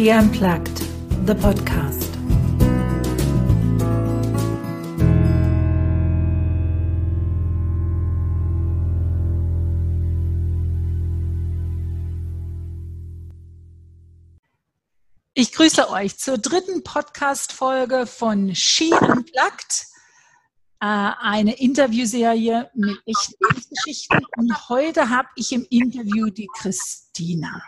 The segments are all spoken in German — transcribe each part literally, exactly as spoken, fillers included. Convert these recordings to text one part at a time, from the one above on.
She Unplugged, the podcast. Ich grüße euch zur dritten Podcast-Folge von She Unplugged, äh, eine Interviewserie mit echten Lebensgeschichten. Und heute habe ich im Interview die Christina.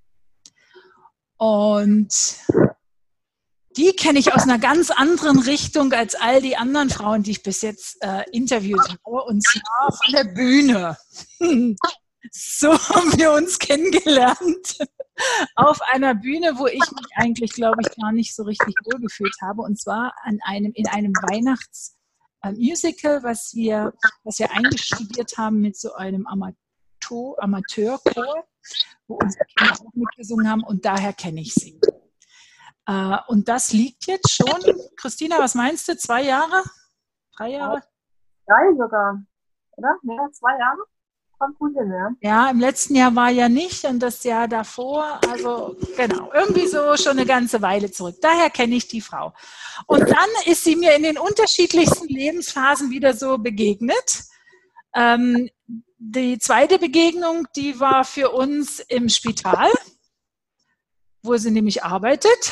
Und die kenne ich aus einer ganz anderen Richtung als all die anderen Frauen, die ich bis jetzt äh, interviewt habe, und zwar von der Bühne. So haben wir uns kennengelernt. Auf einer Bühne, wo ich mich eigentlich, glaube ich, gar nicht so richtig wohlgefühlt habe, und zwar an einem, in einem Weihnachtsmusical, was wir, was wir eingestudiert haben mit so einem Amateur, Amateurchor, wo unsere Kinder auch mitgesungen haben, und daher kenne ich sie. Äh, und das liegt jetzt schon, Christina, was meinst du, zwei Jahre? Drei Jahre? Drei sogar, oder? Ja, zwei Jahre. Kommt gut hin, ja. Ja, im letzten Jahr war ja nicht und das Jahr davor, also genau, irgendwie so schon eine ganze Weile zurück. Daher kenne ich die Frau. Und dann ist sie mir in den unterschiedlichsten Lebensphasen wieder so begegnet. Ähm, die zweite Begegnung, die war für uns im Spital, wo sie nämlich arbeitet.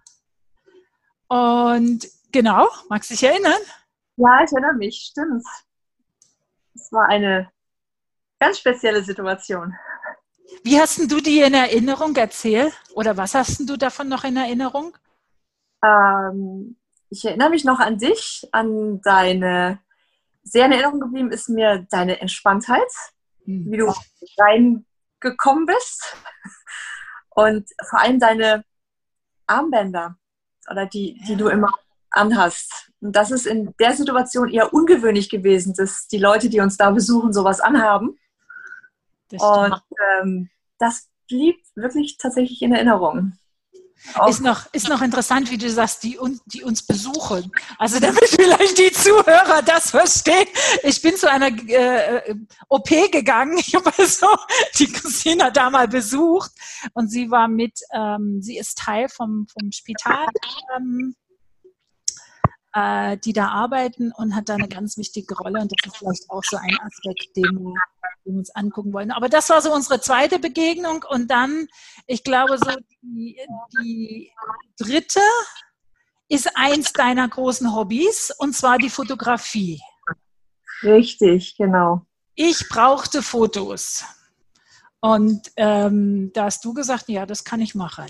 Und genau, magst du dich erinnern? Ja, ich erinnere mich, stimmt. Es war eine ganz spezielle Situation. Wie hast denn du die in Erinnerung? Erzähl. Oder was hast denn du davon noch in Erinnerung? Ähm, ich erinnere mich noch an dich, an deine, sehr in Erinnerung geblieben ist mir deine Entspanntheit, hm. wie du reingekommen bist, und vor allem deine Armbänder, oder die, die ja. du immer anhast. Und das ist in der Situation eher ungewöhnlich gewesen, dass die Leute, die uns da besuchen, sowas anhaben. Das und ähm, das blieb wirklich tatsächlich in Erinnerung. Ist noch, ist noch interessant, wie du sagst, die, die uns besuchen. Also damit vielleicht die Zuhörer das verstehen. Ich bin zu einer äh, O P gegangen. Ich habe also die Christina da mal besucht. Und sie war mit, ähm, sie ist Teil vom, vom Spital, ähm, äh, die da arbeiten, und hat da eine ganz wichtige Rolle. Und das ist vielleicht auch so ein Aspekt, den wir, den wir uns angucken wollen. Aber das war so unsere zweite Begegnung. Und dann, ich glaube, so die, die dritte ist eins deiner großen Hobbys, und zwar die Fotografie. Richtig, genau. Ich brauchte Fotos. Und ähm, da hast du gesagt, ja, das kann ich machen.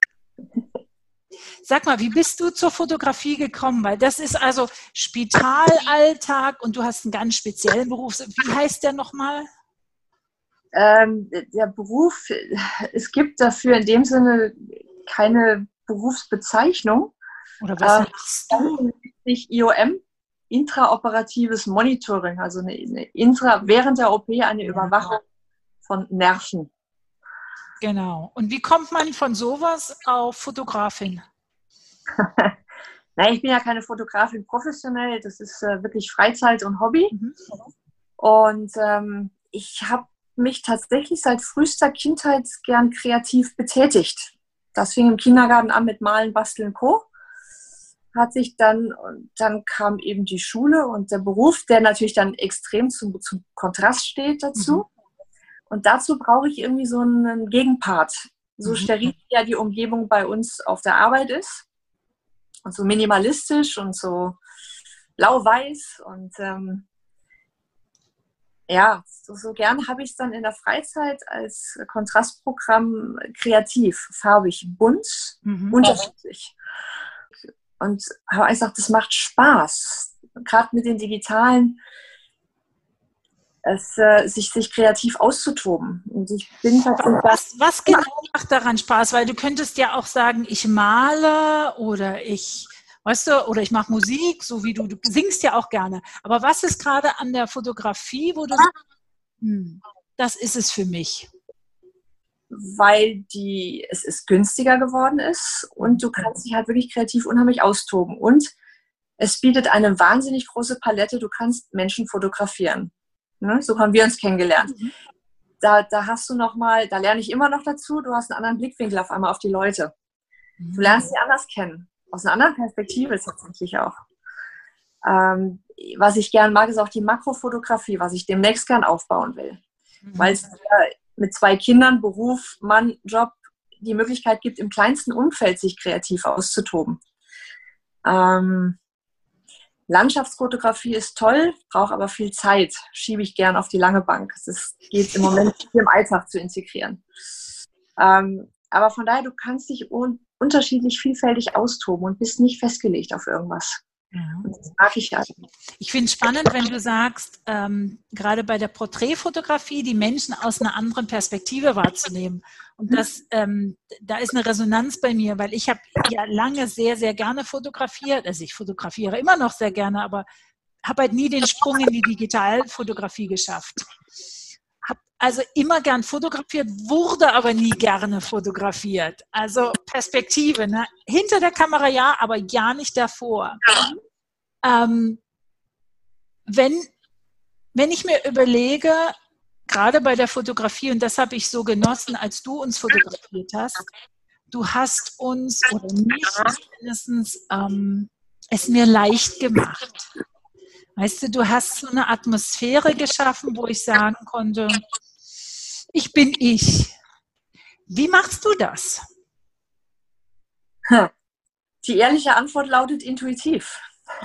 Sag mal, wie bist du zur Fotografie gekommen? Weil das ist also Spitalalltag und du hast einen ganz speziellen Beruf. Wie heißt der nochmal? Ähm, der Beruf, es gibt dafür in dem Sinne keine Berufsbezeichnung. Oder was ähm, machst du? I O M, intraoperatives Monitoring, also eine, eine intra, während der O P eine Überwachung von Nerven. Genau. Und wie kommt man von sowas auf Fotografin? Nein, ich bin ja keine Fotografin professionell, das ist äh, wirklich Freizeit und Hobby. Mhm. Und ähm, ich habe mich tatsächlich seit frühester Kindheit gern kreativ betätigt. Das fing im Kindergarten an mit Malen, Basteln, Co. Hat sich dann, und dann kam eben die Schule und der Beruf, der natürlich dann extrem zum, zum Kontrast steht dazu. Mhm. Und dazu brauche ich irgendwie so einen Gegenpart. So mhm. steril ja die Umgebung bei uns auf der Arbeit ist. Und so minimalistisch und so blau-weiß. Und ähm, ja, so, so gern habe ich es dann in der Freizeit als Kontrastprogramm kreativ, farbig, bunt, mhm. unterschiedlich. Und habe einfach gesagt, das macht Spaß. Gerade mit den digitalen, es, äh, sich, sich kreativ auszutoben. Und ich bin was, was genau macht daran Spaß? Weil du könntest ja auch sagen, ich male oder ich, weißt du, oder ich mache Musik, so wie du, du singst ja auch gerne. Aber was ist gerade an der Fotografie, wo du sagst, hm, das ist es für mich? Weil die, es ist günstiger geworden ist und du kannst dich halt wirklich kreativ unheimlich austoben. Und es bietet eine wahnsinnig große Palette. Du kannst Menschen fotografieren. Ne? So haben wir uns kennengelernt. Mhm. Da, da hast du noch mal, da lerne ich immer noch dazu, du hast einen anderen Blickwinkel auf einmal auf die Leute. Du lernst sie anders kennen. Aus einer anderen Perspektive tatsächlich auch. Ähm, was ich gern mag, ist auch die Makrofotografie, was ich demnächst gern aufbauen will. Mhm. Weil es mit zwei Kindern, Beruf, Mann, Job, die Möglichkeit gibt, im kleinsten Umfeld sich kreativ auszutoben. Ähm, Landschaftsfotografie ist toll, braucht aber viel Zeit. Schiebe ich gern auf die lange Bank. Es geht im Moment nicht im Alltag zu integrieren. Ähm, aber von daher, du kannst dich un- unterschiedlich vielfältig austoben und bist nicht festgelegt auf irgendwas. Ja. Und das mag ich halt. Ich finde es spannend, wenn du sagst, ähm, gerade bei der Porträtfotografie die Menschen aus einer anderen Perspektive wahrzunehmen. Und das, ähm, da ist eine Resonanz bei mir, weil ich habe ja lange sehr, sehr gerne fotografiert. Also ich fotografiere immer noch sehr gerne, aber habe halt nie den Sprung in die Digitalfotografie geschafft. Habe also immer gern fotografiert, wurde aber nie gerne fotografiert. Also Perspektive, ne? Hinter der Kamera ja, aber ja nicht davor. Ähm, wenn, wenn ich mir überlege, gerade bei der Fotografie, und das habe ich so genossen, als du uns fotografiert hast, du hast uns oder mich mindestens ähm, es mir leicht gemacht. Weißt du, du hast so eine Atmosphäre geschaffen, wo ich sagen konnte, ich bin ich. Wie machst du das? Die ehrliche Antwort lautet intuitiv.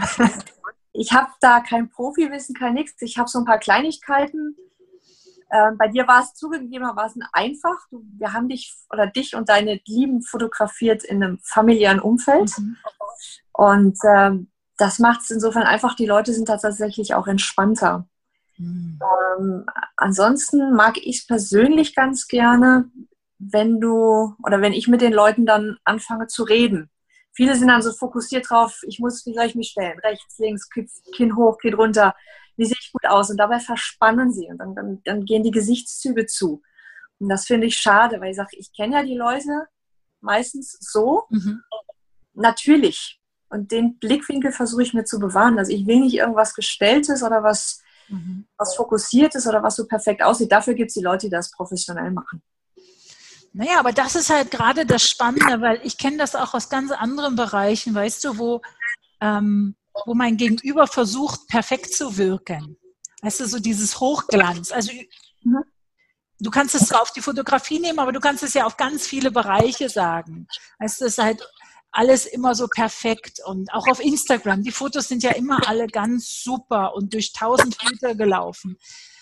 Ich habe da kein Profiwissen, kein nichts. Ich habe so ein paar Kleinigkeiten. Ähm, bei dir war es zugegebenermaßen einfach. Du, wir haben dich oder dich und deine Lieben fotografiert in einem familiären Umfeld. Mhm. Und ähm, das macht es insofern einfach. Die Leute sind da tatsächlich auch entspannter. Mhm. Ähm, ansonsten mag ich es persönlich ganz gerne, wenn du oder wenn ich mit den Leuten dann anfange zu reden. Viele sind dann so fokussiert drauf, ich muss, wie soll ich mich stellen? Rechts, links, Kinn hoch, Kinn runter. Wie sehe ich gut aus? Und dabei verspannen sie und dann, dann, dann gehen die Gesichtszüge zu. Und das finde ich schade, weil ich sage, ich kenne ja die Leute meistens so, mhm. natürlich. Und den Blickwinkel versuche ich mir zu bewahren. Also ich will nicht irgendwas Gestelltes oder was, mhm. was Fokussiertes oder was so perfekt aussieht. Dafür gibt es die Leute, die das professionell machen. Naja, aber das ist halt gerade das Spannende, weil ich kenne das auch aus ganz anderen Bereichen, weißt du, wo, ähm, wo mein Gegenüber versucht, perfekt zu wirken. Weißt du, so dieses Hochglanz. Also mhm. du kannst es zwar auf die Fotografie nehmen, aber du kannst es ja auf ganz viele Bereiche sagen. Weißt du, es ist halt alles immer so perfekt und auch auf Instagram. Die Fotos sind ja immer alle ganz super und durch tausend Filter gelaufen.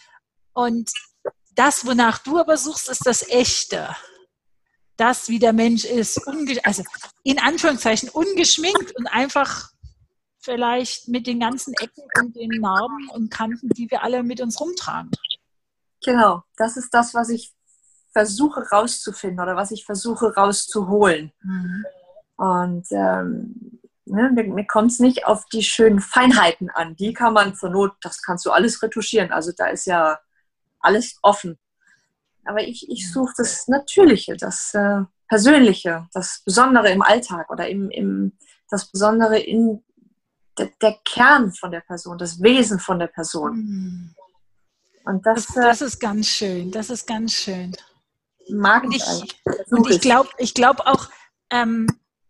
Und das, wonach du aber suchst, ist das Echte. Das, wie der Mensch ist, unge- also in Anführungszeichen ungeschminkt und einfach vielleicht mit den ganzen Ecken und den Narben und Kanten, die wir alle mit uns rumtragen. Genau, das ist das, was ich versuche rauszufinden oder was ich versuche rauszuholen. Mhm. Und ähm, ne, mir, mir kommt es nicht auf die schönen Feinheiten an. Die kann man zur Not, das kannst du alles retuschieren. Also da ist ja alles offen. Aber ich, ich suche das Natürliche, das äh, Persönliche, das Besondere im Alltag oder im, im, das Besondere in der, der Kern von der Person, das Wesen von der Person. Und das, das, das ist ganz schön, das ist ganz schön. Mag und ich, und ich glaube ich glaub auch, ähm,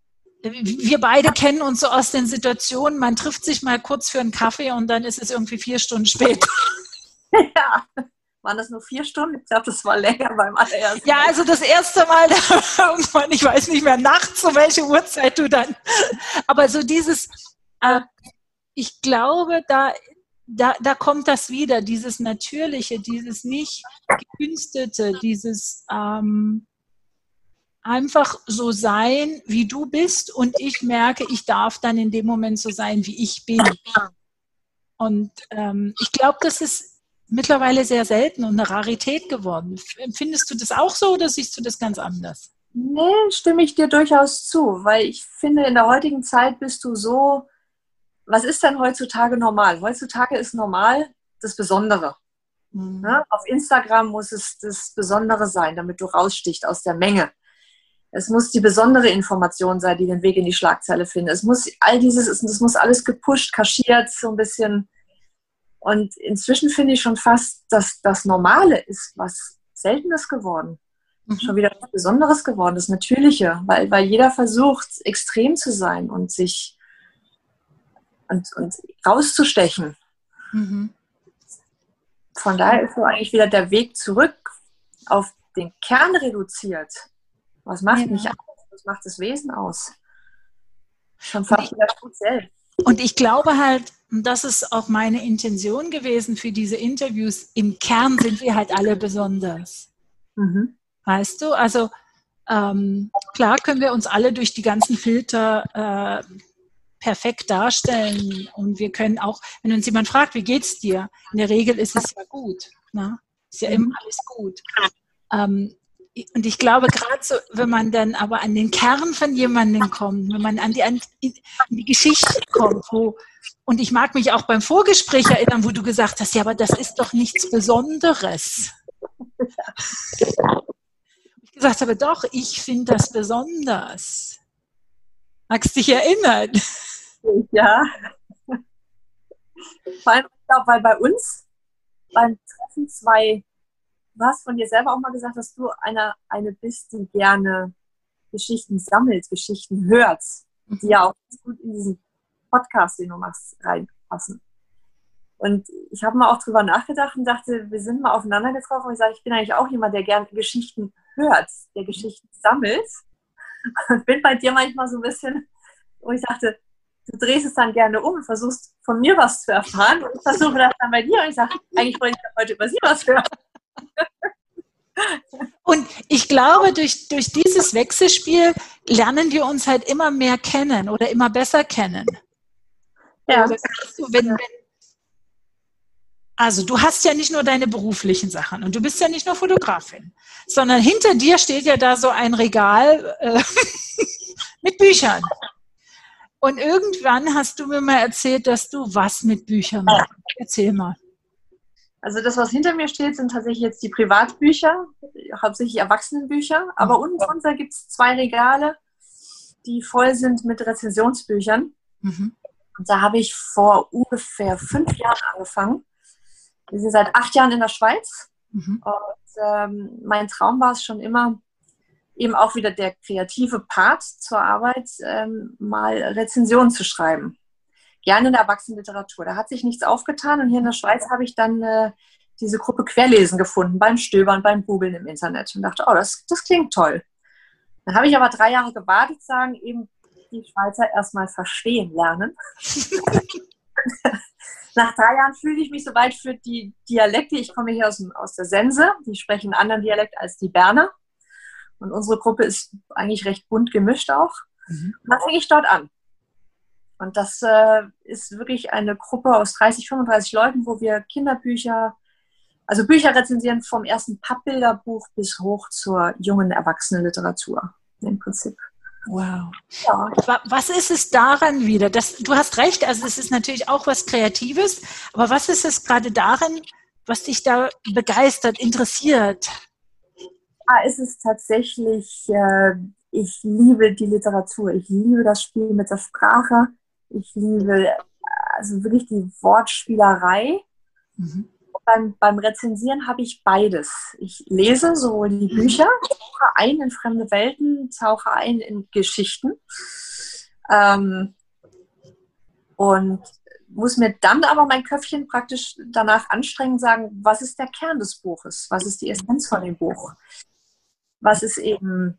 wir beide kennen uns so aus den Situationen, man trifft sich mal kurz für einen Kaffee und dann ist es irgendwie vier Stunden später. Ja. Waren das nur vier Stunden? Ich glaube, das war länger beim allerersten. Ja, also das erste Mal, irgendwann, ich weiß nicht mehr nachts, um welche Uhrzeit du dann. Aber so dieses, äh, ich glaube, da, da, da kommt das wieder, dieses Natürliche, dieses nicht gekünstelte, dieses ähm, einfach so sein, wie du bist und ich merke, ich darf dann in dem Moment so sein, wie ich bin. Und ähm, ich glaube, das ist mittlerweile sehr selten und eine Rarität geworden. Findest du das auch so oder siehst du das ganz anders? Nee, stimme ich dir durchaus zu, weil ich finde, in der heutigen Zeit bist du so, was ist denn heutzutage normal? Heutzutage ist normal das Besondere. Mhm. Ne? Auf Instagram muss es das Besondere sein, damit du rausstichst aus der Menge. Es muss die besondere Information sein, die den Weg in die Schlagzeile findet. Es muss all dieses, es muss alles gepusht, kaschiert, so ein bisschen. Und inzwischen finde ich schon fast, dass das Normale ist was Seltenes geworden. mhm. schon wieder was Besonderes geworden, das Natürliche, weil, weil jeder versucht, extrem zu sein und sich und, und rauszustechen. Mhm. Von daher ist so eigentlich wieder der Weg zurück auf den Kern reduziert. Was macht Ja. mich aus? Was macht das Wesen aus? Schon fast wieder speziell. Und ich glaube halt, und das ist auch meine Intention gewesen für diese Interviews, im Kern sind wir halt alle besonders. Mhm. Weißt du? Also ähm, klar können wir uns alle durch die ganzen Filter äh, perfekt darstellen und wir können auch, wenn uns jemand fragt, wie geht's dir? In der Regel ist es ja gut. Ne? Ist ja immer alles gut. Ähm, und ich glaube, gerade so, wenn man dann aber an den Kern von jemandem kommt, wenn man an die, an die Geschichte kommt, wo, und ich mag mich auch beim Vorgespräch erinnern, wo du gesagt hast, ja, aber das ist doch nichts Besonderes. Ich gesagt habe, doch, ich finde das besonders. Magst du dich erinnern? Ja. Vor allem, ich glaube, weil bei uns beim Treffen zwei, du hast von dir selber auch mal gesagt, dass du eine, eine bist, die gerne Geschichten sammelt, Geschichten hört, die ja auch ganz gut in diesen Podcast, den du machst, reinpassen. Und ich habe mal auch drüber nachgedacht und dachte, wir sind mal aufeinander getroffen und ich sage, ich bin eigentlich auch jemand, der gerne Geschichten hört, der Geschichten sammelt. Und bin bei dir manchmal so ein bisschen, wo ich dachte, du drehst es dann gerne um und versuchst von mir was zu erfahren und ich versuche das dann bei dir und ich sage, eigentlich wollte ich heute über sie was hören. Und ich glaube, durch, durch dieses Wechselspiel lernen wir uns halt immer mehr kennen oder immer besser kennen. Ja. Also, wenn, wenn, also du hast ja nicht nur deine beruflichen Sachen und du bist ja nicht nur Fotografin, sondern hinter dir steht ja da so ein Regal äh, mit Büchern. Und irgendwann hast du mir mal erzählt, dass du was mit Büchern machst. Erzähl mal. Also das, was hinter mir steht, sind tatsächlich jetzt die Privatbücher, hauptsächlich Erwachsenenbücher. Aber unten drunter gibt es zwei Regale, die voll sind mit Rezensionsbüchern. Mhm. Und da habe ich vor ungefähr fünf Jahren angefangen. Wir sind seit acht Jahren in der Schweiz. Mhm. Und ähm, mein Traum war es schon immer, eben auch wieder der kreative Part zur Arbeit, ähm, mal Rezensionen zu schreiben. Gerne in der Erwachsenenliteratur. Da hat sich nichts aufgetan und hier in der Schweiz habe ich dann äh, diese Gruppe Querlesen gefunden, beim Stöbern, beim Googlen im Internet und dachte, oh, das, das klingt toll. Dann habe ich aber drei Jahre gewartet, sagen eben die Schweizer erstmal verstehen lernen. Nach drei Jahren fühle ich mich soweit für die Dialekte. Ich komme hier aus, aus der Sense, die sprechen einen anderen Dialekt als die Berner. Und unsere Gruppe ist eigentlich recht bunt gemischt auch. Mhm. Und dann fange ich dort an. Und das äh, ist wirklich eine Gruppe aus dreißig, fünfunddreißig Leuten, wo wir Kinderbücher, also Bücher rezensieren vom ersten Pappbilderbuch bis hoch zur jungen Erwachsenenliteratur im Prinzip. Wow. Ja. Was ist es daran wieder? Das, du hast recht, also es ist natürlich auch was Kreatives, aber was ist es gerade darin, was dich da begeistert, interessiert? Ja, es ist tatsächlich, äh, ich liebe die Literatur, ich liebe das Spiel mit der Sprache. Ich liebe also wirklich die Wortspielerei. Mhm. Beim, beim Rezensieren habe ich beides. Ich lese sowohl die Bücher, tauche ein in fremde Welten, tauche ein in Geschichten ähm, und muss mir dann aber mein Köpfchen praktisch danach anstrengen und sagen, was ist der Kern des Buches? Was ist die Essenz von dem Buch? Was ist eben,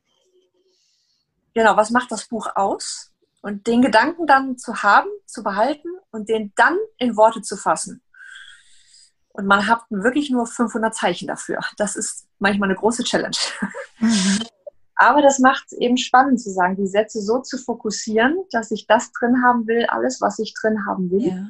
genau, was macht das Buch aus? Und den Gedanken dann zu haben, zu behalten und den dann in Worte zu fassen. Und man hat wirklich nur fünfhundert Zeichen dafür. Das ist manchmal eine große Challenge. Mhm. Aber das macht es eben spannend zu sagen, die Sätze so zu fokussieren, dass ich das drin haben will, alles, was ich drin haben will, ja,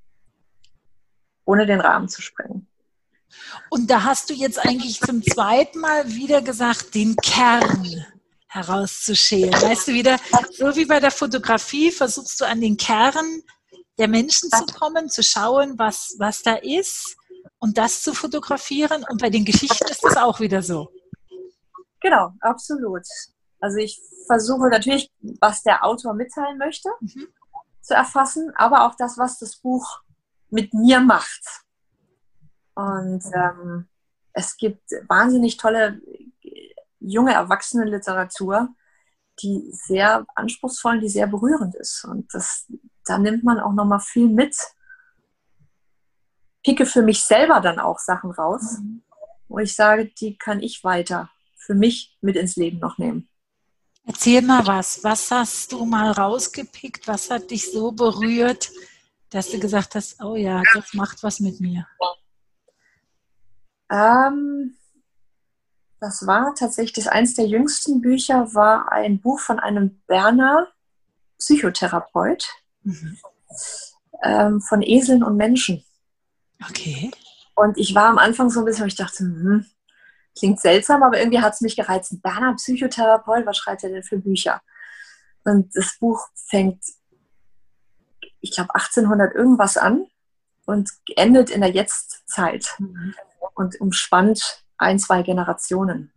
ohne den Rahmen zu sprengen. Und da hast du jetzt eigentlich zum zweiten Mal wieder gesagt, den Kern herauszuschälen. Weißt du, wieder, so wie bei der Fotografie, versuchst du an den Kern der Menschen zu kommen, zu schauen, was, was da ist und das zu fotografieren. Und bei den Geschichten ist das auch wieder so. Genau, absolut. Also ich versuche natürlich, was der Autor mitteilen möchte, mhm. zu erfassen, aber auch das, was das Buch mit mir macht. Und ähm, es gibt wahnsinnig tolle junge Erwachsenenliteratur, die sehr anspruchsvoll, die sehr berührend ist. Und das, da nimmt man auch nochmal viel mit. Picke für mich selber dann auch Sachen raus, mhm. wo ich sage, die kann ich weiter für mich mit ins Leben noch nehmen. Erzähl mal was. Was hast du mal rausgepickt? Was hat dich so berührt, dass du gesagt hast, oh ja, das macht was mit mir? Ähm, das war tatsächlich, das eins der jüngsten Bücher war ein Buch von einem Berner Psychotherapeut, mhm. ähm, von Eseln und Menschen. Okay. Und ich war am Anfang so ein bisschen, ich dachte, hm, klingt seltsam, aber irgendwie hat es mich gereizt. Ein Berner Psychotherapeut, was schreibt er denn für Bücher? Und das Buch fängt, ich glaube, achtzehnhundert irgendwas an und endet in der Jetztzeit mhm. und umspannt ein, zwei Generationen.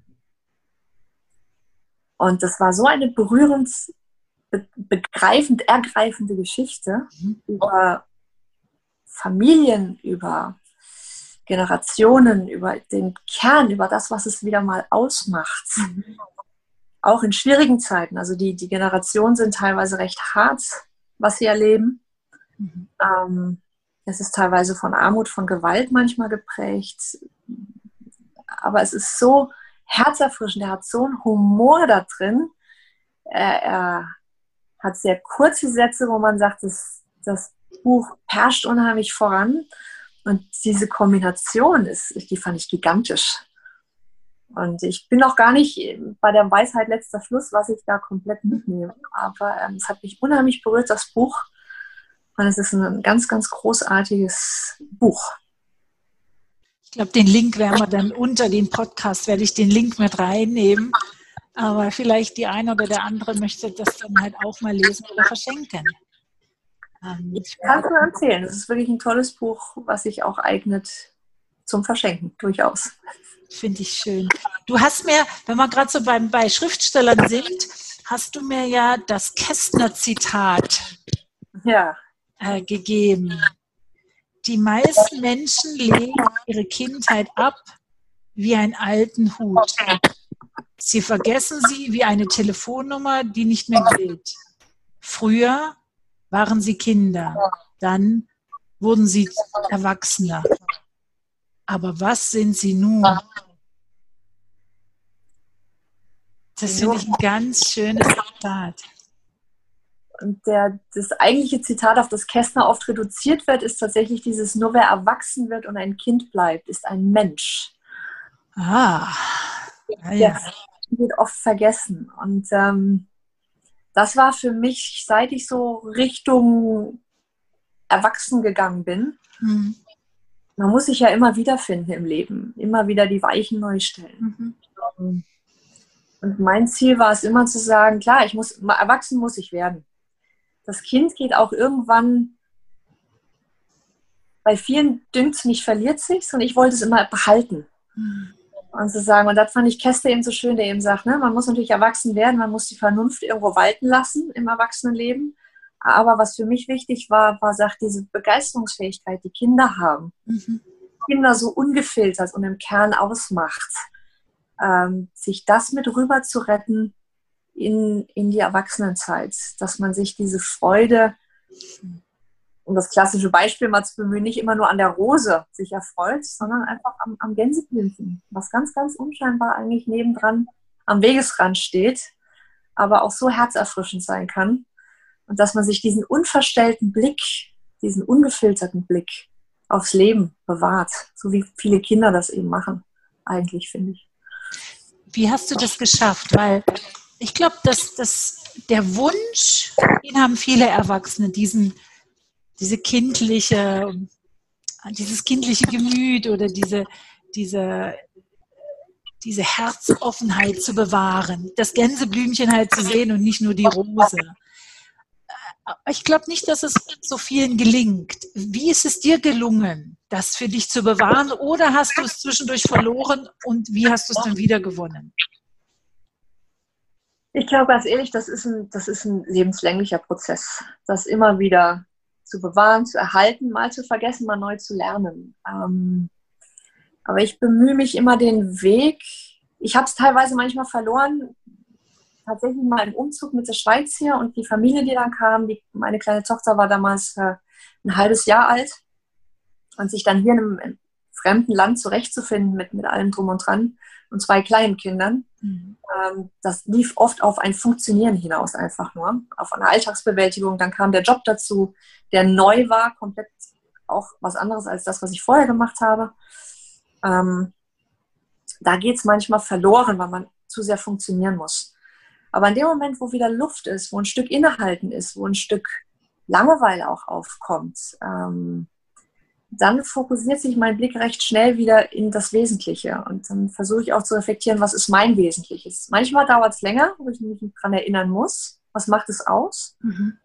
Und das war so eine berührend, be- begreifend, ergreifende Geschichte mhm. über Familien, über Generationen, über den Kern, über das, was es wieder mal ausmacht. Mhm. Auch in schwierigen Zeiten. Also die, die Generationen sind teilweise recht hart, was sie erleben. Mhm. Ähm, es ist teilweise von Armut, von Gewalt manchmal geprägt. Aber es ist so herzerfrischend. Er hat so einen Humor da drin. Er, er hat sehr kurze Sätze, wo man sagt, das, das Buch perscht unheimlich voran. Und diese Kombination, ist, die fand ich gigantisch. Und ich bin auch gar nicht bei der Weisheit letzter Schluss, was ich da komplett mitnehme. Aber ähm, es hat mich unheimlich berührt, das Buch. Und es ist ein ganz, ganz großartiges Buch. Ich glaube, den Link werden wir dann unter den Podcast, werde ich den Link mit reinnehmen. Aber vielleicht die eine oder der andere möchte das dann halt auch mal lesen oder verschenken. Ich kann es nur empfehlen. Es ist wirklich ein tolles Buch, was sich auch eignet zum Verschenken, durchaus. Finde ich schön. Du hast mir, wenn wir gerade so beim, bei Schriftstellern sind, hast du mir ja das Kästner-Zitat ja. äh, gegeben. Die meisten Menschen legen ihre Kindheit ab wie einen alten Hut. Sie vergessen sie wie eine Telefonnummer, die nicht mehr gilt. Früher waren sie Kinder, dann wurden sie Erwachsener. Aber was sind sie nun? Das finde ich ein ganz schönes Zitat. Und der, das eigentliche Zitat, auf das Kästner oft reduziert wird, ist tatsächlich dieses: Nur wer erwachsen wird und ein Kind bleibt, ist ein Mensch. Ah, ja, ja. Das wird oft vergessen. Und ähm, das war für mich, seit ich so Richtung Erwachsen gegangen bin. Mhm. Man muss sich ja immer wiederfinden im Leben, immer wieder die Weichen neu stellen. Mhm. Und mein Ziel war es immer zu sagen, klar, ich muss, erwachsen muss ich werden. Das Kind geht auch irgendwann, bei vielen dünkt es mich, verliert sich, und ich wollte es immer behalten. Mhm. Und zu sagen, und das fand ich Kästner eben so schön, der eben sagt, ne, man muss natürlich erwachsen werden, man muss die Vernunft irgendwo walten lassen im Erwachsenenleben. Aber was für mich wichtig war, war, sagt, diese Begeisterungsfähigkeit, die Kinder haben. Mhm. Kinder so ungefiltert und im Kern ausmacht. Ähm, sich das mit rüber zu retten in, in die Erwachsenenzeit. Dass man sich diese Freude, um das klassische Beispiel mal zu bemühen, nicht immer nur an der Rose sich erfreut, sondern einfach am, am Gänseblümchen, was ganz, ganz unscheinbar eigentlich nebendran am Wegesrand steht, aber auch so herzerfrischend sein kann. Und dass man sich diesen unverstellten Blick, diesen ungefilterten Blick aufs Leben bewahrt, so wie viele Kinder das eben machen, eigentlich, finde ich. Wie hast du das geschafft? Weil ich glaube, dass, dass der Wunsch, den haben viele Erwachsene, diesen, diese kindliche, dieses kindliche Gemüt oder diese, diese, diese Herzoffenheit zu bewahren, das Gänseblümchen halt zu sehen und nicht nur die Rose. Ich glaube nicht, dass es so vielen gelingt. Wie ist es dir gelungen, das für dich zu bewahren, oder hast du es zwischendurch verloren und wie hast du es dann wieder gewonnen? Ich glaube ganz ehrlich, das ist ein, das ist ein lebenslänglicher Prozess, das immer wieder zu bewahren, zu erhalten, mal zu vergessen, mal neu zu lernen. Ähm, aber ich bemühe mich immer, den Weg ich habe es teilweise manchmal verloren, tatsächlich mal im Umzug mit der Schweiz hier und die Familie, die dann kam, die, meine kleine Tochter war damals äh, ein halbes Jahr alt und sich dann hier in einem, in fremden Land zurechtzufinden mit, mit allem drum und dran und zwei kleinen Kindern. Mhm. Ähm, das lief oft auf ein Funktionieren hinaus einfach nur, auf eine Alltagsbewältigung. Dann kam der Job dazu, der neu war, komplett auch was anderes als das, was ich vorher gemacht habe. Ähm, da geht es manchmal verloren, weil man zu sehr funktionieren muss. Aber in dem Moment, wo wieder Luft ist, wo ein Stück Innehalten ist, wo ein Stück Langeweile auch aufkommt, ähm, dann fokussiert sich mein Blick recht schnell wieder in das Wesentliche. Und dann versuche ich auch zu reflektieren, was ist mein Wesentliches. Manchmal dauert es länger, wo ich mich daran erinnern muss, was macht es aus. Mhm.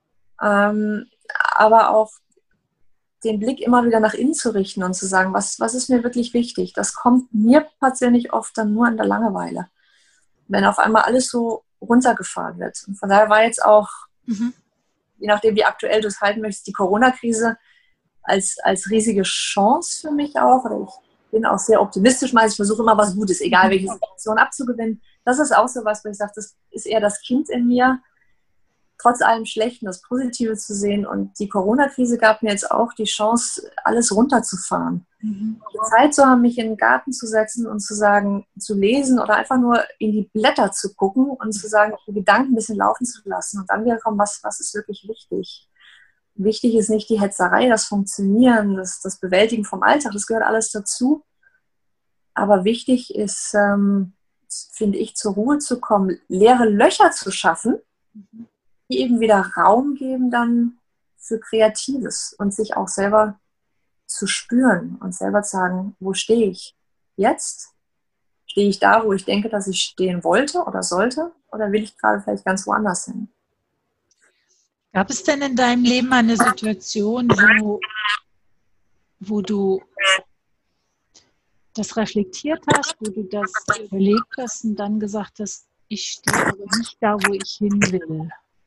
Ähm, aber auch den Blick immer wieder nach innen zu richten und zu sagen, was, was ist mir wirklich wichtig. Das kommt mir persönlich oft dann nur an der Langeweile. Wenn auf einmal alles so runtergefahren wird. Und von daher war jetzt auch, mhm. je nachdem wie aktuell du es halten möchtest, die Corona-Krise als, als riesige Chance für mich auch. Oder ich bin auch sehr optimistisch, meist ich versuche immer was Gutes, egal welche Situation abzugewinnen. Das ist auch so was, wo ich sage, das ist eher das Kind in mir, trotz allem Schlechten das Positive zu sehen. Und die Corona-Krise gab mir jetzt auch die Chance, alles runterzufahren. Mhm. Die Zeit zu haben, mich in den Garten zu setzen und zu sagen, zu lesen oder einfach nur in die Blätter zu gucken und zu sagen, die Gedanken ein bisschen laufen zu lassen und dann wieder kommen, was, was ist wirklich wichtig. Wichtig ist nicht die Hetzerei, das Funktionieren, das, das Bewältigen vom Alltag, das gehört alles dazu. Aber wichtig ist, ähm, finde ich, zur Ruhe zu kommen, leere Löcher zu schaffen, mhm. die eben wieder Raum geben dann für Kreatives und sich auch selber zu spüren und selber zu sagen, wo stehe ich jetzt? Stehe ich da, wo ich denke, dass ich stehen wollte oder sollte? Oder will ich gerade vielleicht ganz woanders hin? Gab es denn in deinem Leben eine Situation, wo, wo du das reflektiert hast, wo du das überlegt hast und dann gesagt hast, ich stehe aber nicht da, wo ich hin will?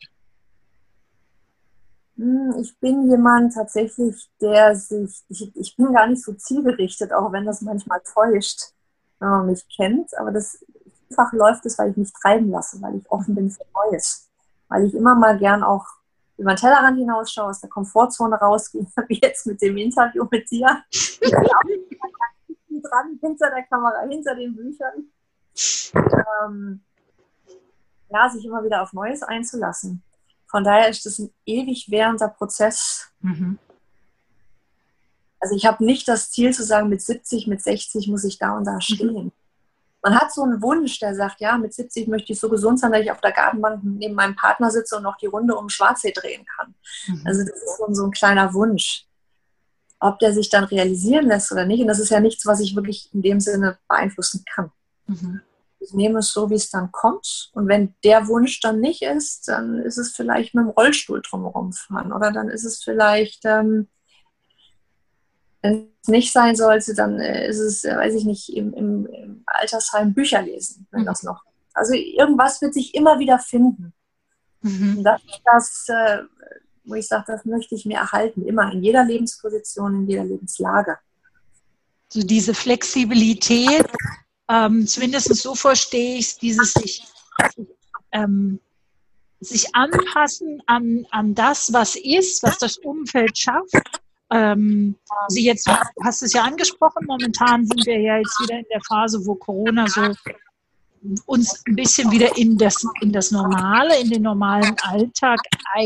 Ich bin jemand tatsächlich, der sich, ich, ich bin gar nicht so zielgerichtet, auch wenn das manchmal täuscht, wenn man mich kennt, aber das einfach läuft es, weil ich mich treiben lasse, weil ich offen bin für Neues, weil ich immer mal gern auch über den Tellerrand hinausschaue, aus der Komfortzone rausgehe, wie jetzt mit dem Interview mit dir. Ich bin auch dran, hinter der Kamera, hinter den Büchern. Ähm, ja, sich immer wieder auf Neues einzulassen. Von daher ist das ein ewig währender Prozess. Mhm. Also ich habe nicht das Ziel zu sagen, mit siebzig, mit sechzig muss ich da und da stehen. Mhm. Man hat so einen Wunsch, der sagt, ja, mit siebzig möchte ich so gesund sein, dass ich auf der Gartenbank neben meinem Partner sitze und noch die Runde um Schwarzsee drehen kann. Mhm. Also das ist so, so ein kleiner Wunsch. Ob der sich dann realisieren lässt oder nicht, und das ist ja nichts, was ich wirklich in dem Sinne beeinflussen kann. Mhm. Ich nehme es so, wie es dann kommt. Und wenn der Wunsch dann nicht ist, dann ist es vielleicht mit dem Rollstuhl drumherum fahren. Oder dann ist es vielleicht, ähm, wenn es nicht sein sollte, dann ist es, weiß ich nicht, im, im, im Altersheim Bücher lesen, wenn mhm. das noch. Also irgendwas wird sich immer wieder finden. Mhm. Und das ist das, äh, wo ich sage, das möchte ich mir erhalten. Immer, in jeder Lebensposition, in jeder Lebenslage. So diese Flexibilität, Ähm, zumindest so verstehe ich es, dieses sich, ähm, sich anpassen an, an das, was ist, was das Umfeld schafft. Ähm, also jetzt, du hast es ja angesprochen, momentan sind wir ja jetzt wieder in der Phase, wo Corona so uns ein bisschen wieder in das, in das Normale, in den normalen Alltag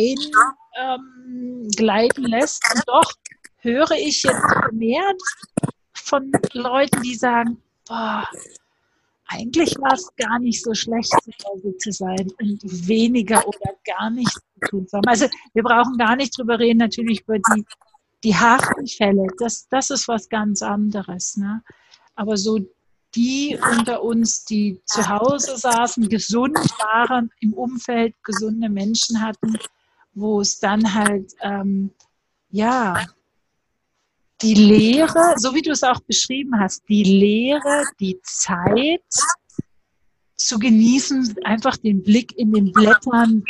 eingleiten ähm, lässt. Und doch höre ich jetzt vermehrt von Leuten, die sagen, boah, eigentlich war es gar nicht so schlecht, zu Hause zu sein und weniger oder gar nichts zu tun zu haben. Also wir brauchen gar nicht drüber reden, natürlich über die, die harten Fälle. Das, das ist was ganz anderes. Ne? Aber so die unter uns, die zu Hause saßen, gesund waren, im Umfeld gesunde Menschen hatten, wo es dann halt, ähm, ja, die Leere, so wie du es auch beschrieben hast, die Leere, die Zeit zu genießen, einfach den Blick in den Blättern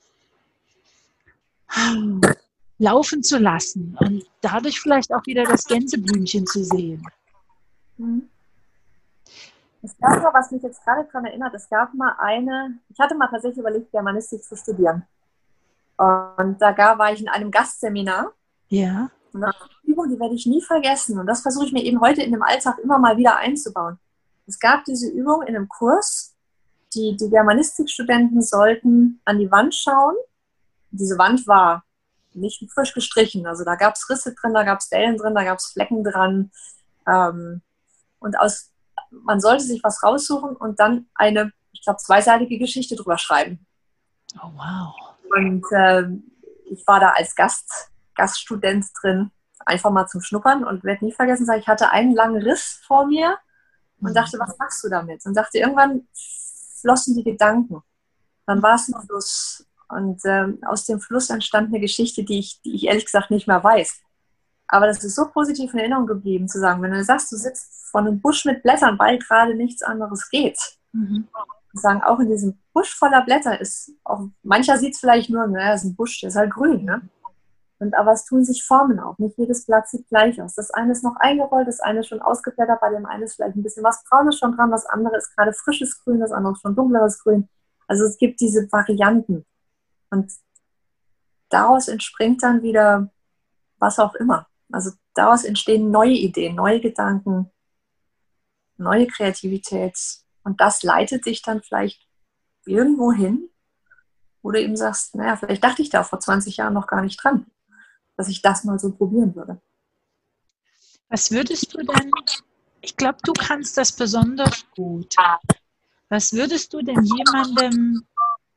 laufen zu lassen und dadurch vielleicht auch wieder das Gänseblümchen zu sehen. Es gab mal, was mich jetzt gerade daran erinnert, es gab mal eine, ich hatte mal tatsächlich überlegt, Germanistik zu studieren. Und da gar, war ich in einem Gastseminar. Ja. Und das ist eine Übung, die werde ich nie vergessen. Und das versuche ich mir eben heute in dem Alltag immer mal wieder einzubauen. Es gab diese Übung in einem Kurs, die, die Germanistikstudenten sollten an die Wand schauen. Diese Wand war nicht frisch gestrichen. Also da gab es Risse drin, da gab es Dellen drin, da gab es Flecken dran. Ähm, und aus, man sollte sich was raussuchen und dann eine, ich glaube, zweiseitige Geschichte drüber schreiben. Oh, wow. Und ähm, ich war da als Gast, Gaststudent drin, einfach mal zum Schnuppern und werde nie vergessen, ich hatte einen langen Riss vor mir und dachte, was machst du damit? Und dachte, irgendwann flossen die Gedanken. Dann war es ein Fluss. Und ähm, aus dem Fluss entstand eine Geschichte, die ich, die ich ehrlich gesagt nicht mehr weiß. Aber das ist so positiv in Erinnerung geblieben, zu sagen, wenn du sagst, du sitzt vor einem Busch mit Blättern, weil gerade nichts anderes geht. Mhm. Und sagen, auch in diesem Busch voller Blätter ist, auch, mancher sieht es vielleicht nur, naja, das ist ein Busch, der ist halt grün. Ne? Und, aber es tun sich Formen auf. Nicht jedes Blatt sieht gleich aus. Das eine ist noch eingerollt, das eine ist schon ausgeblättert, bei dem einen ist vielleicht ein bisschen was Braunes schon dran, das andere ist gerade frisches Grün, das andere ist schon dunkleres Grün. Also es gibt diese Varianten. Und daraus entspringt dann wieder was auch immer. Also daraus entstehen neue Ideen, neue Gedanken, neue Kreativität. Und das leitet dich dann vielleicht irgendwo hin, wo du eben sagst, naja, vielleicht dachte ich da vor zwanzig Jahren noch gar nicht dran, dass ich das mal so probieren würde. Was würdest du denn, ich glaube, du kannst das besonders gut. Was würdest du denn jemandem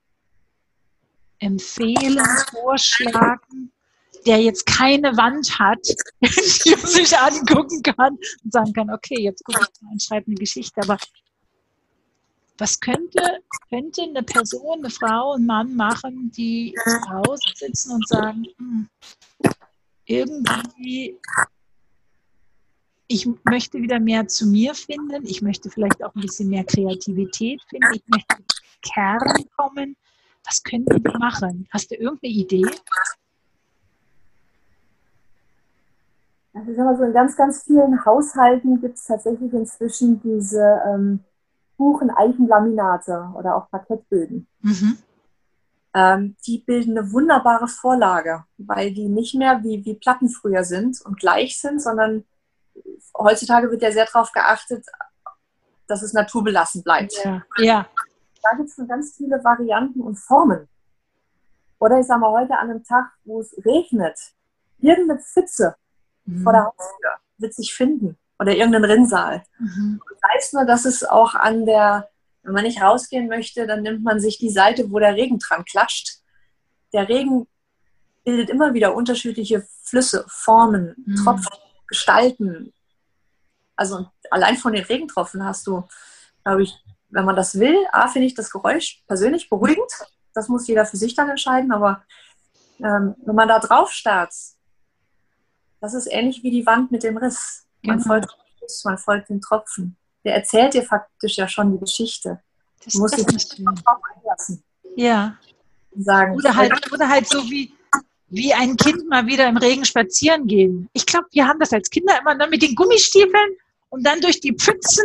empfehlen, vorschlagen, der jetzt keine Wand hat, die man sich angucken kann und sagen kann, okay, jetzt gucke ich mal und schreibe eine Geschichte. Aber was könnte, könnte eine Person, eine Frau, ein Mann machen, die zu Hause sitzen und sagen, hm, irgendwie, ich möchte wieder mehr zu mir finden, ich möchte vielleicht auch ein bisschen mehr Kreativität finden, ich möchte in den Kern kommen. Was könnten die machen? Hast du irgendeine Idee? Also ich sag mal so, in ganz, ganz vielen Haushalten gibt es tatsächlich inzwischen diese ähm, Buchen-Eichenlaminate oder auch Parkettböden. Mhm. Ähm, die bilden eine wunderbare Vorlage, weil die nicht mehr wie, wie Platten früher sind und gleich sind, sondern heutzutage wird ja sehr darauf geachtet, dass es naturbelassen bleibt. Ja, ja. Da gibt es schon ganz viele Varianten und Formen. Oder ich sage mal, heute an einem Tag, wo es regnet, irgendeine Pfütze mhm. vor der Haustür wird sich finden. Oder irgendein Rinnsal. Mhm. Das heißt nur, dass es auch an der, wenn man nicht rausgehen möchte, dann nimmt man sich die Seite, wo der Regen dran klatscht. Der Regen bildet immer wieder unterschiedliche Flüsse, Formen, mhm. Tropfen, Gestalten. Also allein von den Regentropfen hast du, glaube ich, wenn man das will, A, finde ich das Geräusch persönlich beruhigend. Das muss jeder für sich dann entscheiden. Aber ähm, wenn man da drauf starrt, das ist ähnlich wie die Wand mit dem Riss. Man, genau. folgt, man folgt den Tropfen. Der erzählt dir faktisch ja schon die Geschichte. Das muss sich nicht drauf einlassen. Ja. Sagen, oder, halt, oder halt so wie, wie ein Kind mal wieder im Regen spazieren gehen. Ich glaube, wir haben das als Kinder immer ne, mit den Gummistiefeln und dann durch die Pfützen.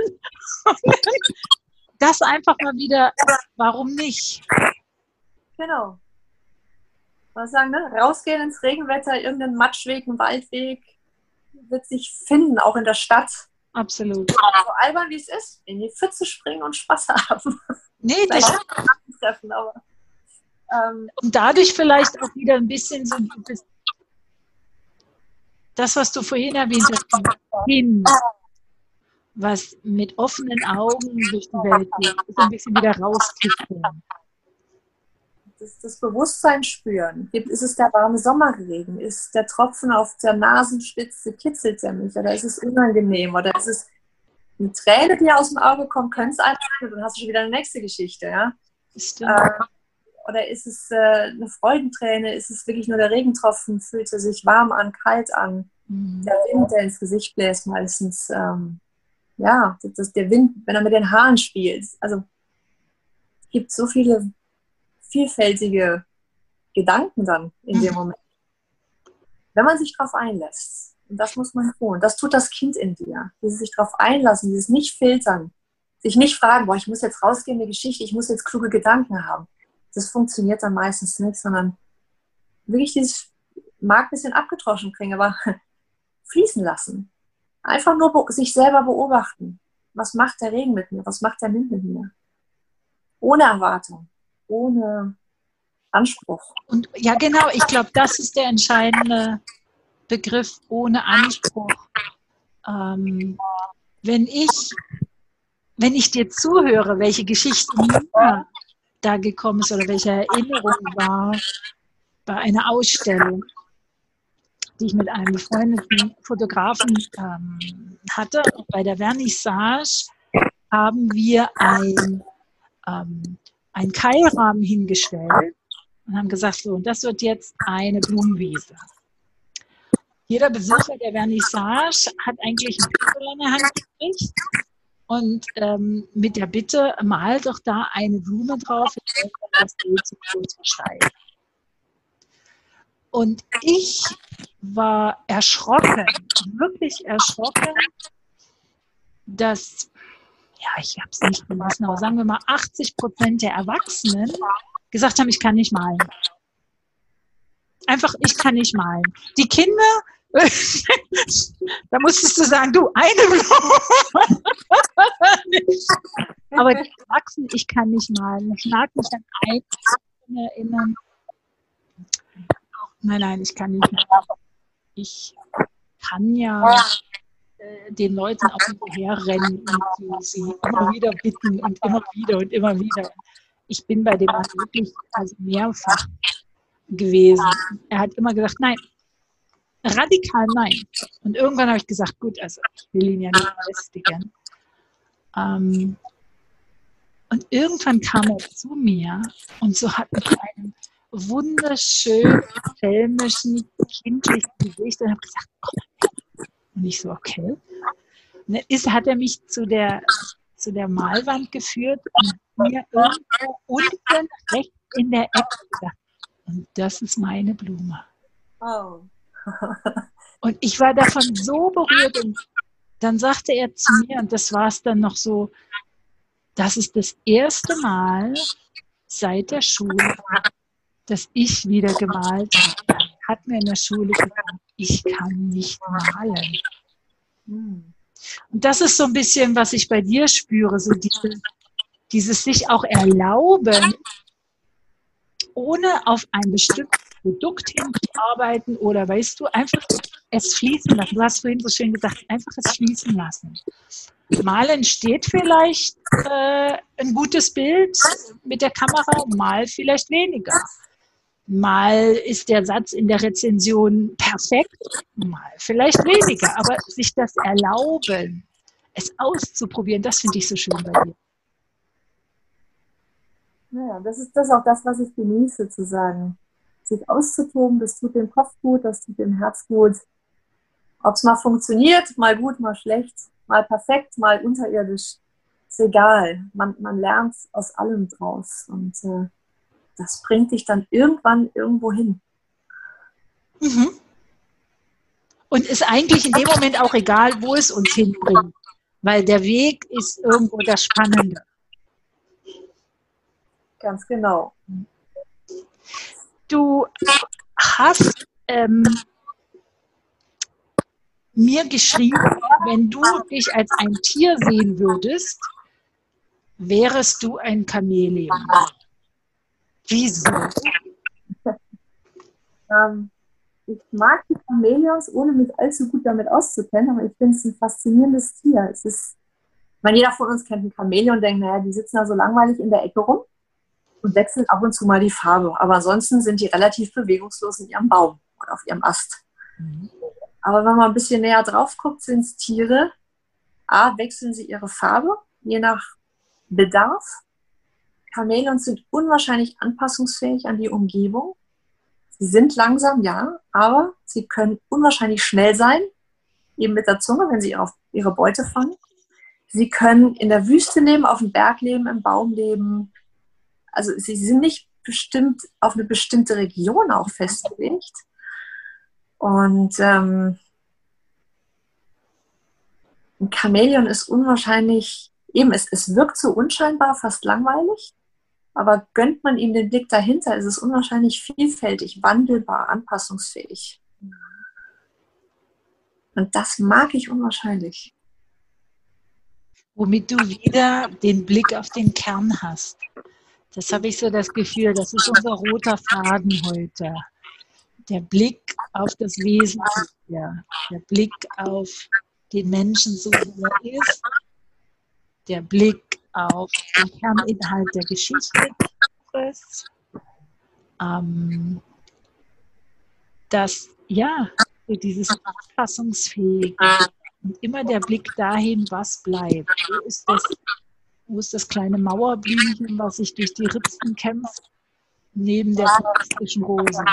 Das einfach mal wieder, warum nicht? Genau. Was sagen, ne? Rausgehen ins Regenwetter, irgendein Matschweg, ein Waldweg wird sich finden, auch in der Stadt. Absolut. So albern wie es ist, in die Pfütze springen und Spaß haben. Nee, das treffen, aber, ähm, und dadurch vielleicht auch wieder ein bisschen so das, was du vorhin erwähnt hast, hin, was mit offenen Augen durch die Welt geht, ist ein bisschen wieder rauskriegen. Das, das Bewusstsein spüren. Ist es der warme Sommerregen? Ist der Tropfen auf der Nasenspitze, kitzelt er mich? Oder ist es unangenehm? Oder ist es eine Träne, die aus dem Auge kommt? Könnte es einfach sein, dann hast du schon wieder eine nächste Geschichte. Ja? Äh, oder ist es äh, eine Freudenträne? Ist es wirklich nur der Regentropfen? Fühlt er sich warm an, kalt an? Mhm. Der Wind, der ins Gesicht bläst meistens. Ähm, ja, das ist der Wind, wenn er mit den Haaren spielt. Also es gibt so viele vielfältige Gedanken dann in dem Moment. Wenn man sich darauf einlässt, und das muss man tun, das tut das Kind in dir, dieses sich darauf einlassen, dieses nicht filtern, sich nicht fragen, boah, ich muss jetzt rausgehen in die Geschichte, ich muss jetzt kluge Gedanken haben. Das funktioniert dann meistens nicht, sondern wirklich dieses, mag ein bisschen abgetroschen klingen, aber fließen lassen. Einfach nur sich selber beobachten. Was macht der Regen mit mir? Was macht der Wind mit mir? Ohne Erwartung, ohne Anspruch. Und ja, genau, ich glaube, das ist der entscheidende Begriff, ohne Anspruch. Ähm, wenn ich, wenn ich dir zuhöre, welche Geschichte mir da gekommen ist oder welche Erinnerung war bei einer Ausstellung, die ich mit einem befreundeten Fotografen ähm, hatte. Und bei der Vernissage haben wir ein, ähm, einen Keilrahmen hingestellt und haben gesagt, so, und das wird jetzt eine Blumenwiese. Jeder Besucher der Vernissage hat eigentlich einen Pinsel in der Hand gekriegt und ähm, mit der Bitte, mal doch da eine Blume drauf, in der das Bild zu kurz verschreiben. Und ich war erschrocken, wirklich erschrocken, dass, ja, ich habe es nicht gemessen, aber sagen wir mal achtzig Prozent der Erwachsenen gesagt haben, ich kann nicht malen. Einfach, ich kann nicht malen. Die Kinder, da musstest du sagen, du, eine Blume. Aber die Erwachsenen, ich kann nicht malen. Ich mag mich an einen erinnern. Nein, nein, ich kann nicht malen. Ich kann ja äh, den Leuten auch hinterherrennen und sie immer wieder bitten und immer wieder und immer wieder. Ich bin bei dem Mann wirklich also mehrfach gewesen. Er hat immer gesagt, nein, radikal nein. Und irgendwann habe ich gesagt, gut, also ich will ihn ja nicht belästigen. Ähm, und irgendwann kam er zu mir und so hat mit einem wunderschönen, schelmischen, kindlichen Gesicht und habe gesagt, komm. Und ich so, okay. Und dann ist, hat er mich zu der, zu der Malwand geführt und mir irgendwo unten rechts in der Ecke gesagt, und das ist meine Blume. Oh. Und ich war davon so berührt und dann sagte er zu mir, und das war es dann noch so, das ist das erste Mal seit der Schule, dass ich wieder gemalt habe. Hat mir in der Schule gesagt, ich kann nicht malen. Und das ist so ein bisschen, was ich bei dir spüre, so diese, dieses sich auch erlauben, ohne auf ein bestimmtes Produkt hinzuarbeiten oder, weißt du, einfach es fließen lassen. Du hast vorhin so schön gesagt, einfach es fließen lassen. Mal entsteht vielleicht äh, ein gutes Bild mit der Kamera, mal vielleicht weniger. Mal ist der Satz in der Rezension perfekt, mal vielleicht weniger. Aber sich das erlauben, es auszuprobieren, das finde ich so schön bei dir. Naja, das ist das auch das, was ich genieße, zu sagen. Sich auszutoben, das tut dem Kopf gut, das tut dem Herz gut. Ob es mal funktioniert, mal gut, mal schlecht, mal perfekt, mal unterirdisch, ist egal. Man, man lernt aus allem draus und äh, das bringt dich dann irgendwann irgendwo hin. Mhm. Und ist eigentlich in dem Moment auch egal, wo es uns hinbringt, weil der Weg ist irgendwo das Spannende. Ganz genau. Du hast ähm, mir geschrieben, wenn du dich als ein Tier sehen würdest, wärest du ein Chamäleon. Wieso? ähm, ich mag die Chamäleons, ohne mich allzu gut damit auszukennen, aber ich finde es ein faszinierendes Tier. Es ist, ich meine, jeder von uns kennt ein Chamäleon und denkt, naja, die sitzen da so langweilig in der Ecke rum und wechseln ab und zu mal die Farbe. Aber ansonsten sind die relativ bewegungslos in ihrem Baum oder auf ihrem Ast. Mhm. Aber wenn man ein bisschen näher drauf guckt, sind es Tiere. A, wechseln sie ihre Farbe, je nach Bedarf. Chamäleons sind unwahrscheinlich anpassungsfähig an die Umgebung. Sie sind langsam, ja, aber sie können unwahrscheinlich schnell sein, eben mit der Zunge, wenn sie auf ihre Beute fangen. Sie können in der Wüste leben, auf dem Berg leben, im Baum leben. Also sie sind nicht bestimmt auf eine bestimmte Region auch festgelegt. Und ähm, ein Chamäleon ist unwahrscheinlich eben, es, es wirkt so unscheinbar, fast langweilig, aber gönnt man ihm den Blick dahinter, ist es unwahrscheinlich vielfältig, wandelbar, anpassungsfähig. Und das mag ich unwahrscheinlich. Womit du wieder den Blick auf den Kern hast. Das habe ich so das Gefühl, das ist unser roter Faden heute. Der Blick auf das Wesentliche, der Blick auf den Menschen, so wie er ist, der Blick auf den Kerninhalt der Geschichte, ähm, das, ja, dieses Anpassungsfähige und immer der Blick dahin, was bleibt. Wo ist das, wo ist das kleine Mauerblümchen, was sich durch die Ritzen kämpft, neben der plastischen Rose?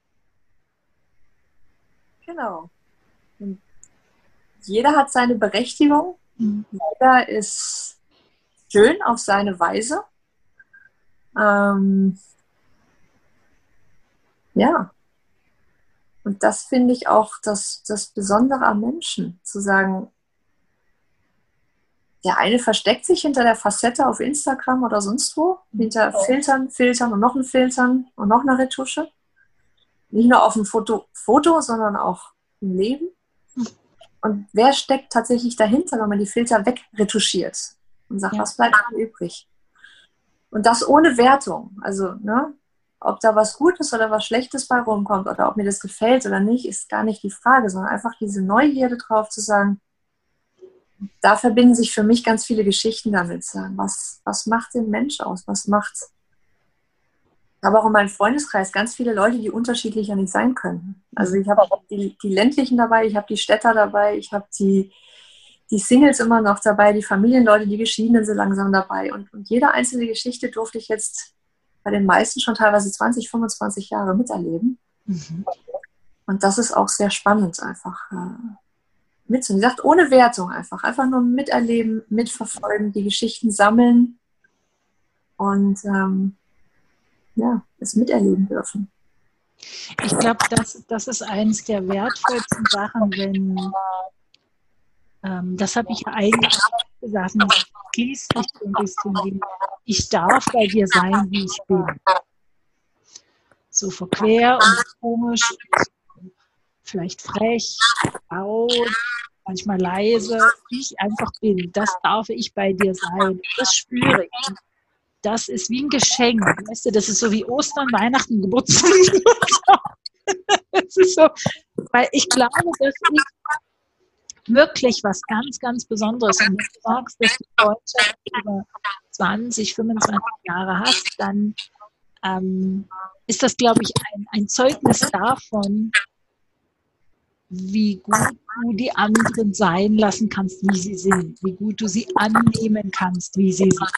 Genau. Und jeder hat seine Berechtigung. Mhm. Jeder ist schön auf seine Weise. Ähm, ja. Und das finde ich auch das, das Besondere am Menschen. Zu sagen, der eine versteckt sich hinter der Facette auf Instagram oder sonst wo, hinter Filtern, Filtern und noch ein Filtern und noch eine Retusche. Nicht nur auf dem Foto, Foto, sondern auch im Leben. Und wer steckt tatsächlich dahinter, wenn man die Filter wegretuschiert und sagt, ja, was bleibt dann übrig? Und das ohne Wertung. Also, ne, ob da was Gutes oder was Schlechtes bei rumkommt oder ob mir das gefällt oder nicht, ist gar nicht die Frage, sondern einfach diese Neugierde drauf zu sagen, da verbinden sich für mich ganz viele Geschichten damit. Sagen, was, was macht den Mensch aus? Was macht's? Ich habe auch in meinem Freundeskreis ganz viele Leute, die unterschiedlicher nicht sein können. Also ich habe auch die, die Ländlichen dabei, ich habe die Städter dabei, ich habe die, die Singles immer noch dabei, die Familienleute, die Geschiedenen so langsam dabei. Und, und jede einzelne Geschichte durfte ich jetzt bei den meisten schon teilweise zwanzig, fünfundzwanzig Jahre miterleben. Mhm. Und das ist auch sehr spannend, einfach äh, mitzunehmen. Wie gesagt, ohne Wertung einfach. Einfach nur miterleben, mitverfolgen, die Geschichten sammeln und ähm, ja, es miterleben dürfen. Ich glaube, das, das ist eines der wertvollsten Sachen, wenn, ähm, das habe ich ja eigentlich gesagt, das schließt sich so ein bisschen hin. Ich darf bei dir sein, wie ich bin. So verquer und komisch, vielleicht frech, laut, manchmal leise, wie ich einfach bin. Das darf ich bei dir sein. Das spüre ich. Das ist wie ein Geschenk, weißt du, das ist so wie Ostern, Weihnachten, Geburtstag. Das ist so, weil ich glaube, das ist wirklich was ganz, ganz Besonderes. Und wenn du sagst, dass du Freundschaft über zwanzig, fünfundzwanzig Jahre hast, dann ähm, ist das, glaube ich, ein, ein Zeugnis davon, wie gut du die anderen sein lassen kannst, wie sie sind, wie gut du sie annehmen kannst, wie sie sind.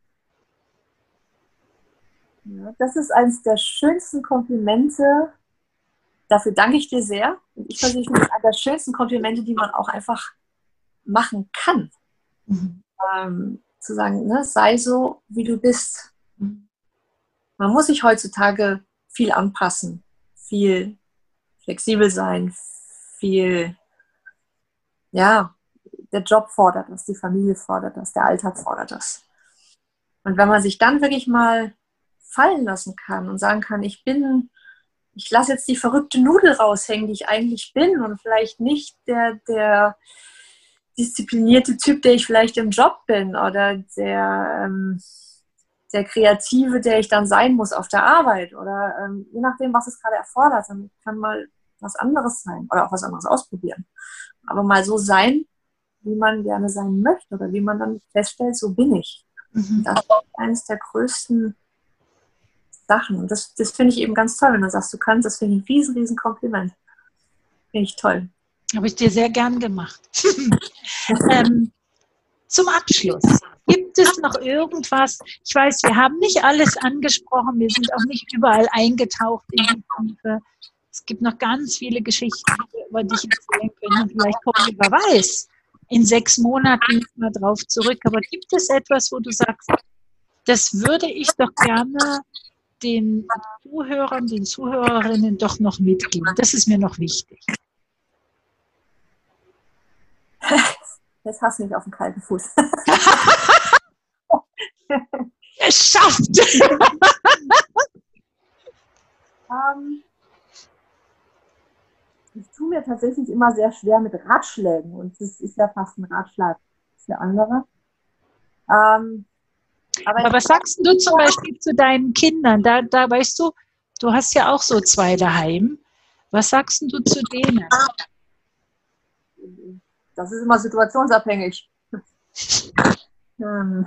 Ja, das ist eines der schönsten Komplimente. Dafür danke ich dir sehr. Und ich versichere, das ist eines der schönsten Komplimente, die man auch einfach machen kann. Mhm. Ähm, zu sagen, ne, sei so, wie du bist. Mhm. Man muss sich heutzutage viel anpassen, viel flexibel sein, viel, ja, der Job fordert das, die Familie fordert das, der Alltag fordert das. Und wenn man sich dann wirklich mal fallen lassen kann und sagen kann, ich bin, ich lasse jetzt die verrückte Nudel raushängen, die ich eigentlich bin und vielleicht nicht der, der disziplinierte Typ, der ich vielleicht im Job bin oder der, ähm, der Kreative, der ich dann sein muss auf der Arbeit oder ähm, je nachdem, was es gerade erfordert, dann kann mal was anderes sein oder auch was anderes ausprobieren. Aber mal so sein, wie man gerne sein möchte oder wie man dann feststellt, so bin ich. Mhm. Das ist eines der größten Sachen. Und das, das finde ich eben ganz toll, wenn du sagst, du kannst, das finde ich ein riesen, riesen Kompliment. Finde ich toll. Habe ich dir sehr gern gemacht. ähm, zum Abschluss. Gibt es noch irgendwas? Ich weiß, wir haben nicht alles angesprochen, wir sind auch nicht überall eingetaucht in die Tiefe. Es gibt noch ganz viele Geschichten, die wir über dich erzählen können. Und vielleicht kommen wir, wer weiß, in sechs Monaten mal drauf zurück. Aber gibt es etwas, wo du sagst, das würde ich doch gerne den Zuhörern, den Zuhörerinnen doch noch mitgeben? Das ist mir noch wichtig. Jetzt hast du mich auf den kalten Fuß. Geschafft! ähm, ich tue mir tatsächlich immer sehr schwer mit Ratschlägen. Und das ist ja fast ein Ratschlag für andere. Ähm, aber aber was sagst du zum Beispiel zu deinen Kindern? Da, da weißt du, du hast ja auch so zwei daheim. Was sagst du zu denen? Das ist immer situationsabhängig. hm.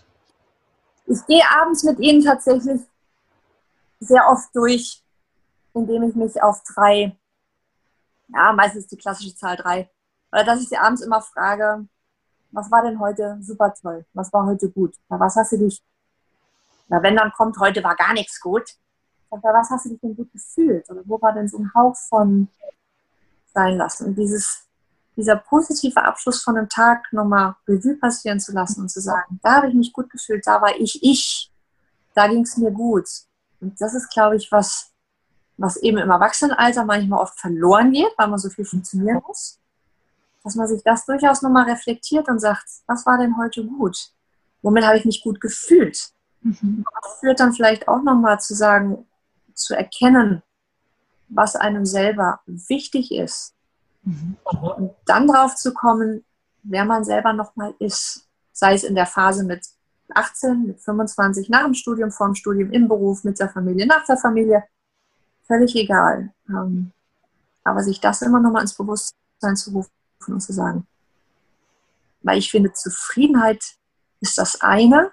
Ich gehe abends mit ihnen tatsächlich sehr oft durch, indem ich mich auf drei, ja, meistens die klassische Zahl drei, oder dass ich sie abends immer frage, was war denn heute super toll? Was war heute gut? Na, was hast du dich, na, wenn dann kommt, heute war gar nichts gut, sag, na, was hast du dich denn gut gefühlt? Oder wo war denn so ein Hauch von sein lassen? Und dieses, dieser positive Abschluss von einem Tag nochmal Revue passieren zu lassen und zu sagen, da habe ich mich gut gefühlt, da war ich ich, da ging es mir gut. Und das ist, glaube ich, was, was eben im Erwachsenenalter manchmal oft verloren geht, weil man so viel funktionieren muss. Dass man sich das durchaus nochmal reflektiert und sagt, was war denn heute gut? Womit habe ich mich gut gefühlt? Mhm. Das führt dann vielleicht auch nochmal zu sagen, zu erkennen, was einem selber wichtig ist. Mhm. Und dann drauf zu kommen, wer man selber nochmal ist. Sei es in der Phase mit achtzehn, mit fünfundzwanzig, nach dem Studium, vor dem Studium, im Beruf, mit der Familie, nach der Familie. Völlig egal. Aber sich das immer nochmal ins Bewusstsein zu rufen und zu sagen. Weil ich finde, Zufriedenheit ist das eine.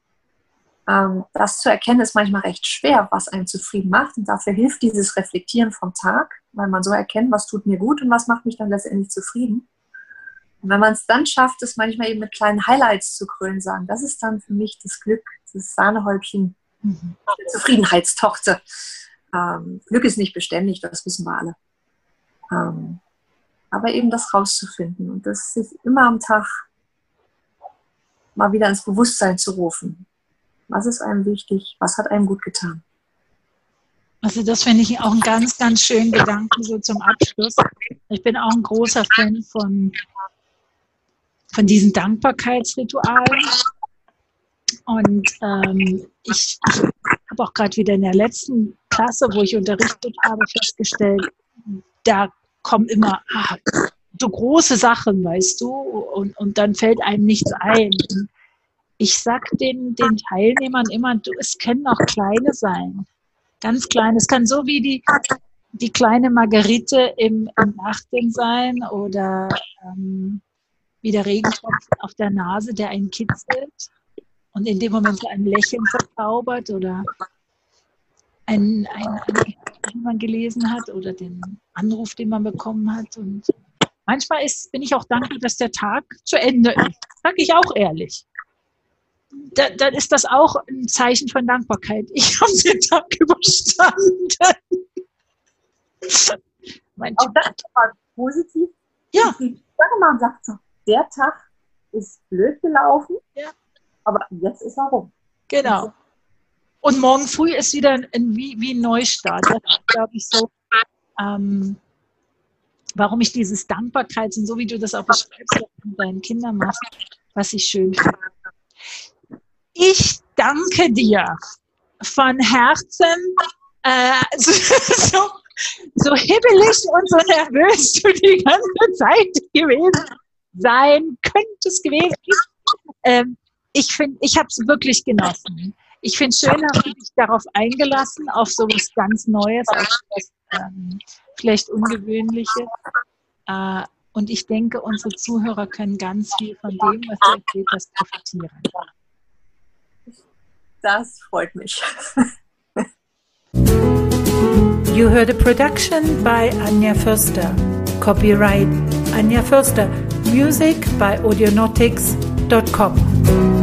Das zu erkennen ist manchmal recht schwer, was einen zufrieden macht. Und dafür hilft dieses Reflektieren vom Tag, weil man so erkennt, was tut mir gut und was macht mich dann letztendlich zufrieden. Und wenn man es dann schafft, es manchmal eben mit kleinen Highlights zu krönen, sagen, das ist dann für mich das Glück, das Sahnehäubchen, mhm. der Zufriedenheitstochter. Ähm, Glück ist nicht beständig, das wissen wir alle. Ähm, aber eben das rauszufinden und das sich immer am Tag mal wieder ins Bewusstsein zu rufen. Was ist einem wichtig? Was hat einem gut getan? Also das finde ich auch einen ganz, ganz schönen Gedanken so zum Abschluss. Ich bin auch ein großer Fan von, von diesen Dankbarkeitsritualen. Und ähm, ich, ich habe auch gerade wieder in der letzten Klasse, wo ich unterrichtet habe, festgestellt, da kommen immer ah, so große Sachen, weißt du, und, und dann fällt einem nichts ein. Und ich sage den, den Teilnehmern immer, du, es können auch kleine sein, ganz klein. Es kann so wie die, die kleine Margerite im, im Nachtleben sein oder ähm, wie der Regentropfen auf der Nase, der einen kitzelt und in dem Moment so ein Lächeln verzaubert oder ein, ein, ein den man gelesen hat oder den Anruf, den man bekommen hat. Und manchmal ist, bin ich auch dankbar, dass der Tag zu Ende ist. Sag ich auch ehrlich. Da, dann ist das auch ein Zeichen von Dankbarkeit. Ich habe den Tag überstanden. Auch das war positiv. Ja. Man sagt so, der Tag ist blöd gelaufen, ja. aber jetzt ist er rum. Genau. Und morgen früh ist wieder ein, wie, wie ein Neustart. Das ist, glaube ich, so, ähm, warum ich dieses Dankbarkeits- und so wie du das auch beschreibst, mit deinen Kindern machst, was ich schön finde. Ich danke dir von Herzen, äh, so, so, so hibbelig und so nervös du die ganze Zeit gewesen sein könntest gewesen. Ähm, ich finde, ich habe es wirklich genossen. Ich finde es schön, dass du dich darauf eingelassen, auf so was ganz Neues, auf was ähm, vielleicht Ungewöhnliches. Äh, und ich denke, unsere Zuhörer können ganz viel von dem, was du erzählt hast, profitieren. Das freut mich. You heard a production by Anja Förster. Copyright Anja Förster. Music by audionautics dot com.